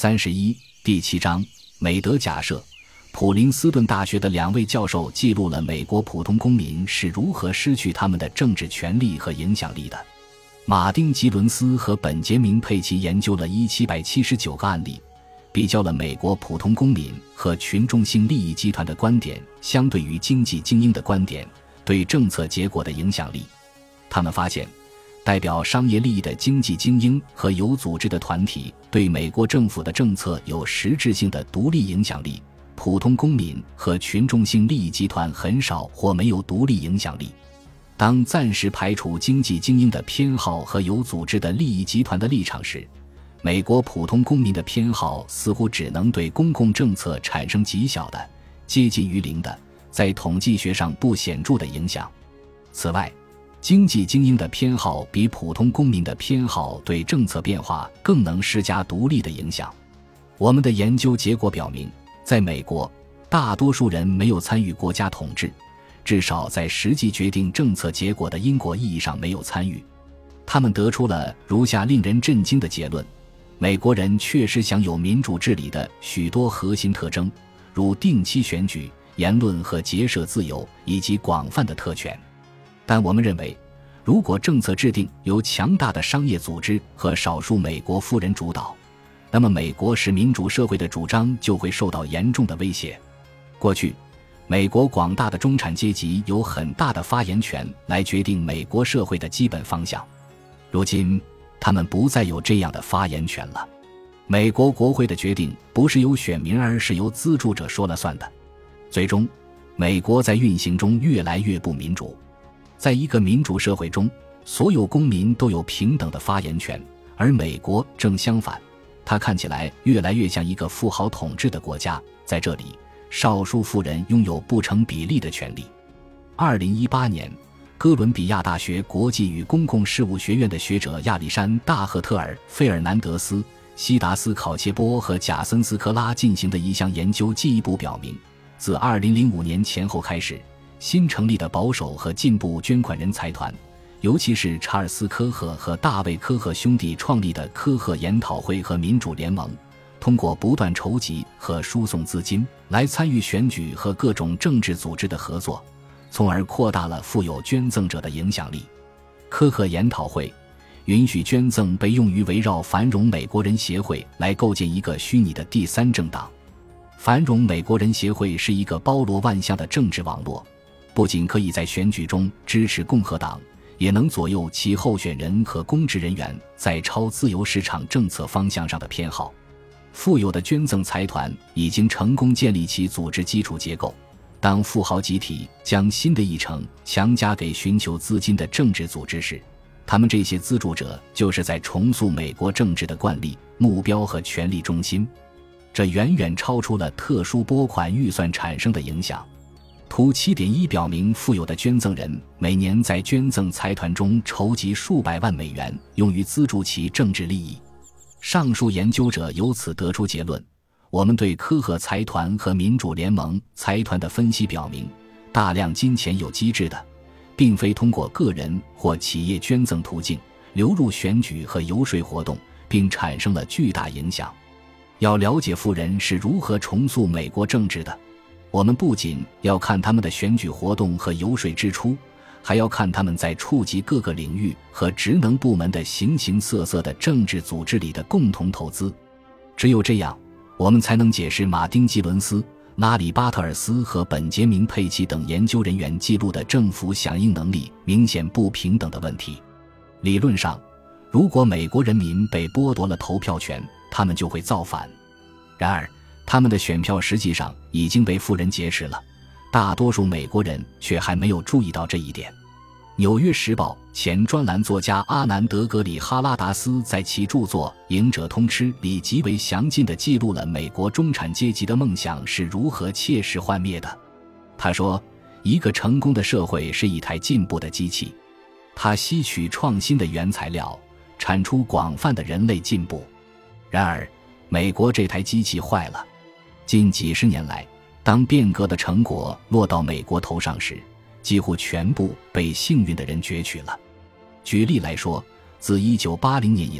31第7章美德假设。普林斯顿大学的2位教授记录了美国普通公民是如何失去他们的政治权利和影响力的。马丁·吉伦斯和本杰明·佩奇研究了1779个案例，比较了美国普通公民和群众性利益集团的观点相对于经济精英的观点对政策结果的影响力。他们发现，代表商业利益的经济精英和有组织的团体对美国政府的政策有实质性的独立影响力，普通公民和群众性利益集团很少或没有独立影响力。当暂时排除经济精英的偏好和有组织的利益集团的立场时，美国普通公民的偏好似乎只能对公共政策产生极小的、接近于零的、在统计学上不显著的影响。此外，经济精英的偏好比普通公民的偏好对政策变化更能施加独立的影响。我们的研究结果表明，在美国，大多数人没有参与国家统治，至少在实际决定政策结果的因果意义上没有参与。他们得出了如下令人震惊的结论：美国人确实享有民主治理的许多核心特征，如定期选举、言论和结社自由以及广泛的特权。但我们认为，如果政策制定由强大的商业组织和少数美国富人主导，那么美国是民主社会的主张就会受到严重的威胁。过去，美国广大的中产阶级有很大的发言权来决定美国社会的基本方向。如今，他们不再有这样的发言权了。美国国会的决定不是由选民而是由资助者说了算的。最终，美国在运行中越来越不民主。在一个民主社会中，所有公民都有平等的发言权，而美国正相反，它看起来越来越像一个富豪统治的国家。在这里，少数富人拥有不成比例的权利。2018年，哥伦比亚大学国际与公共事务学院的学者亚历山大·赫特尔、费尔南德斯、西达斯考切波和贾森斯科拉进行的一项研究进一步表明，自2005年前后开始，新成立的保守和进步捐款人财团，尤其是查尔斯·科赫和大卫·科赫兄弟创立的科赫研讨会和民主联盟，通过不断筹集和输送资金来参与选举和各种政治组织的合作，从而扩大了富有捐赠者的影响力。科赫研讨会允许捐赠被用于围绕繁荣美国人协会来构建一个虚拟的第三政党。繁荣美国人协会是一个包罗万象的政治网络，不仅可以在选举中支持共和党，也能左右其候选人和公职人员在超自由市场政策方向上的偏好。富有的捐赠财团已经成功建立起组织基础结构，当富豪集体将新的议程强加给寻求资金的政治组织时，他们这些资助者就是在重塑美国政治的惯例、目标和权力中心。这远远超出了特殊拨款预算产生的影响。图 7.1 表明，富有的捐赠人每年在捐赠财团中筹集数百万美元，用于资助其政治利益。上述研究者由此得出结论：我们对科赫财团和民主联盟财团的分析表明，大量金钱有机制的，并非通过个人或企业捐赠途径流入选举和游说活动，并产生了巨大影响。要了解富人是如何重塑美国政治的，我们不仅要看他们的选举活动和游说支出，还要看他们在触及各个领域和职能部门的形形色色的政治组织里的共同投资。只有这样，我们才能解释马丁·吉伦斯、拉里·巴特尔斯和本杰明·佩奇等研究人员记录的政府响应能力明显不平等的问题。理论上，如果美国人民被剥夺了投票权，他们就会造反。然而，他们的选票实际上已经被富人劫持了，大多数美国人却还没有注意到这一点。纽约时报前专栏作家阿南德·格里哈拉达斯在其著作《赢者通吃》里极为详尽地记录了美国中产阶级的梦想是如何切实幻灭的。他说，一个成功的社会是一台进步的机器，它吸取创新的原材料，产出广泛的人类进步。然而，美国这台机器坏了。近几十年来，当变革的成果落到美国头上时，几乎全部被幸运的人攫取了。举例来说，自1980年以来，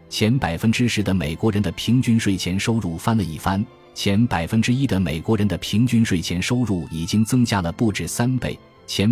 前 10% 的美国人的平均税前收入翻了一番，前 1% 的美国人的平均税前收入已经增加了不止3倍，前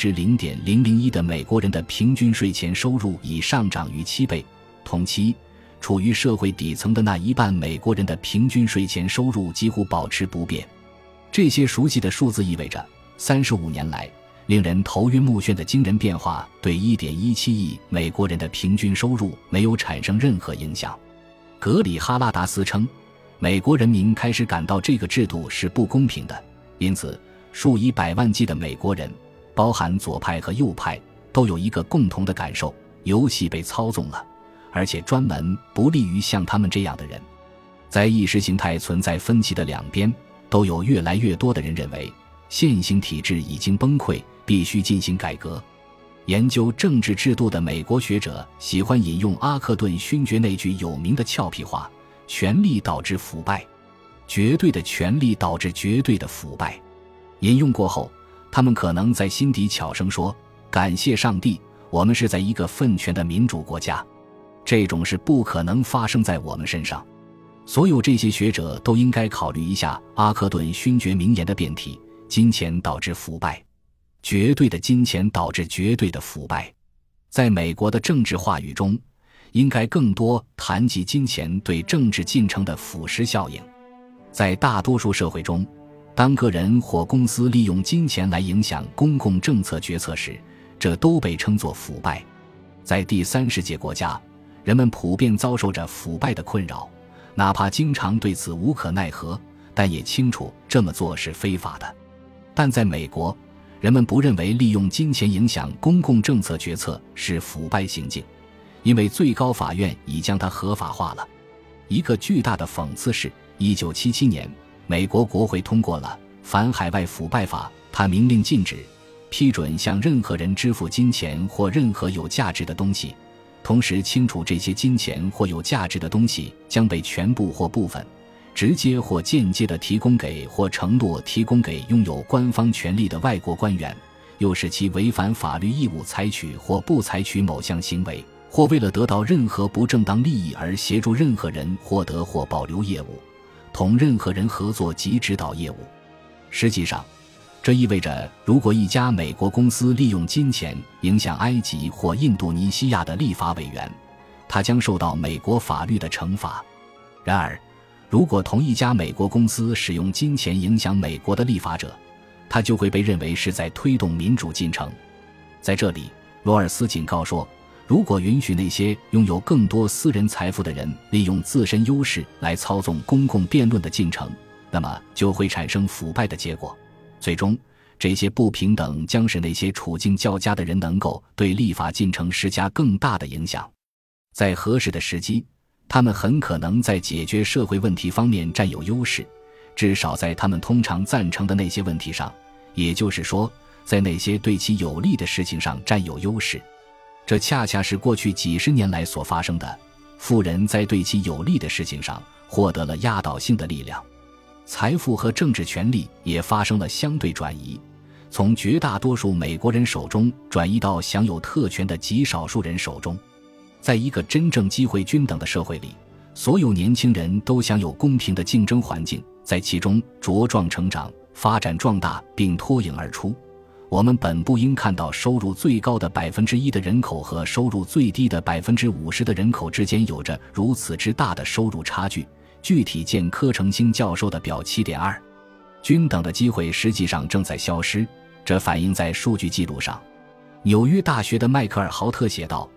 0.001% 的美国人的平均税前收入已上涨逾7倍。同期，处于社会底层的那一半美国人的平均税前收入几乎保持不变。这些熟悉的数字意味着35年来令人头晕目眩的惊人变化对 1.17 亿美国人的平均收入没有产生任何影响。格里哈拉达斯称，美国人民开始感到这个制度是不公平的，因此数以百万计的美国人，包含左派和右派，都有一个共同的感受：游戏被操纵了，而且专门不利于像他们这样的人。在意识形态存在分歧的两边，都有越来越多的人认为现行体制已经崩溃，必须进行改革。研究政治制度的美国学者喜欢引用阿克顿勋爵那句有名的俏皮话：权力导致腐败，绝对的权力导致绝对的腐败。引用过后，他们可能在心底悄声说：感谢上帝，我们是在一个分权的民主国家，这种事不可能发生在我们身上。所有这些学者都应该考虑一下阿克顿勋爵名言的辩题：金钱导致腐败，绝对的金钱导致绝对的腐败。在美国的政治话语中，应该更多谈及金钱对政治进程的腐蚀效应。在大多数社会中，当个人或公司利用金钱来影响公共政策决策时，这都被称作腐败。在第三世界国家，人们普遍遭受着腐败的困扰，哪怕经常对此无可奈何，但也清楚这么做是非法的。但在美国，人们不认为利用金钱影响公共政策决策是腐败行径，因为最高法院已将它合法化了。一个巨大的讽刺是，1977年，美国国会通过了《反海外腐败法》，它明令禁止、批准向任何人支付金钱或任何有价值的东西，同时清楚这些金钱或有价值的东西将被全部或部分直接或间接地提供给或承诺提供给拥有官方权力的外国官员，又使其违反法律义务采取或不采取某项行为，或为了得到任何不正当利益而协助任何人获得或保留业务，同任何人合作及指导业务。实际上，这意味着如果一家美国公司利用金钱影响埃及或印度尼西亚的立法委员，他将受到美国法律的惩罚。然而，如果同一家美国公司使用金钱影响美国的立法者，他就会被认为是在推动民主进程。在这里，罗尔斯警告说，如果允许那些拥有更多私人财富的人利用自身优势来操纵公共辩论的进程，那么就会产生腐败的结果。最终，这些不平等将使那些处境较佳的人能够对立法进程施加更大的影响。在合适的时机，他们很可能在解决社会问题方面占有优势，至少在他们通常赞成的那些问题上，也就是说，在那些对其有利的事情上占有优势。这恰恰是过去几十年来所发生的，富人在对其有利的事情上获得了压倒性的力量。财富和政治权力也发生了相对转移，从绝大多数美国人手中转移到享有特权的极少数人手中。在一个真正机会均等的社会里，所有年轻人都享有公平的竞争环境，在其中茁壮成长、发展壮大并脱颖而出。我们本不应看到收入最高的 1% 的人口和收入最低的 50% 的人口之间有着如此之大的收入差距，具体见柯成兴教授的表 7.2。 均等的机会实际上正在消失，这反映在数据记录上。纽约大学的迈克尔·豪特写道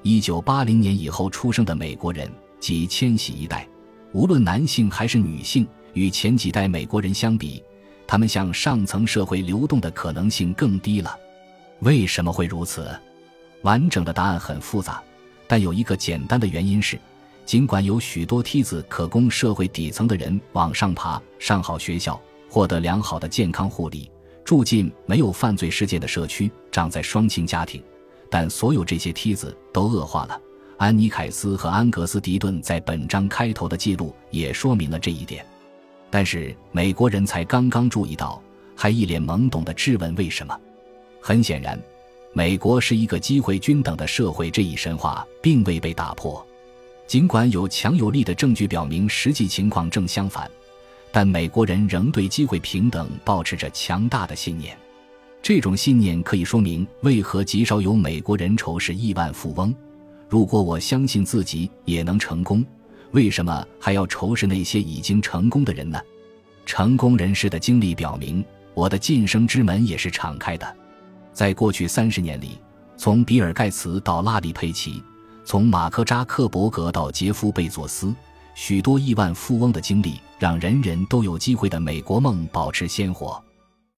，1980年以后出生的美国人，即千禧一代，无论男性还是女性，与前几代美国人相比，他们向上层社会流动的可能性更低了。为什么会如此？完整的答案很复杂，但有一个简单的原因是，尽管有许多梯子可供社会底层的人往上爬，上好学校，获得良好的健康护理，住进没有犯罪事件的社区，长在双亲家庭，但所有这些梯子都恶化了。安妮·凯斯和安格斯·迪顿在本章开头的记录也说明了这一点。但是美国人才刚刚注意到，还一脸懵懂地质问为什么。很显然，美国是一个机会均等的社会，这一神话并未被打破。 尽管有强有力的证据表明实际情况正相反，但美国人仍对机会平等抱持着强大的信念。这种信念可以说明为何极少有美国人仇视亿万富翁。如果我相信自己也能成功，为什么还要仇视那些已经成功的人呢？成功人士的经历表明，我的晋升之门也是敞开的。在过去30年里，从比尔·盖茨到拉里·佩奇，从马克·扎克伯格到杰夫·贝佐斯，许多亿万富翁的经历让人人都有机会的美国梦保持鲜活。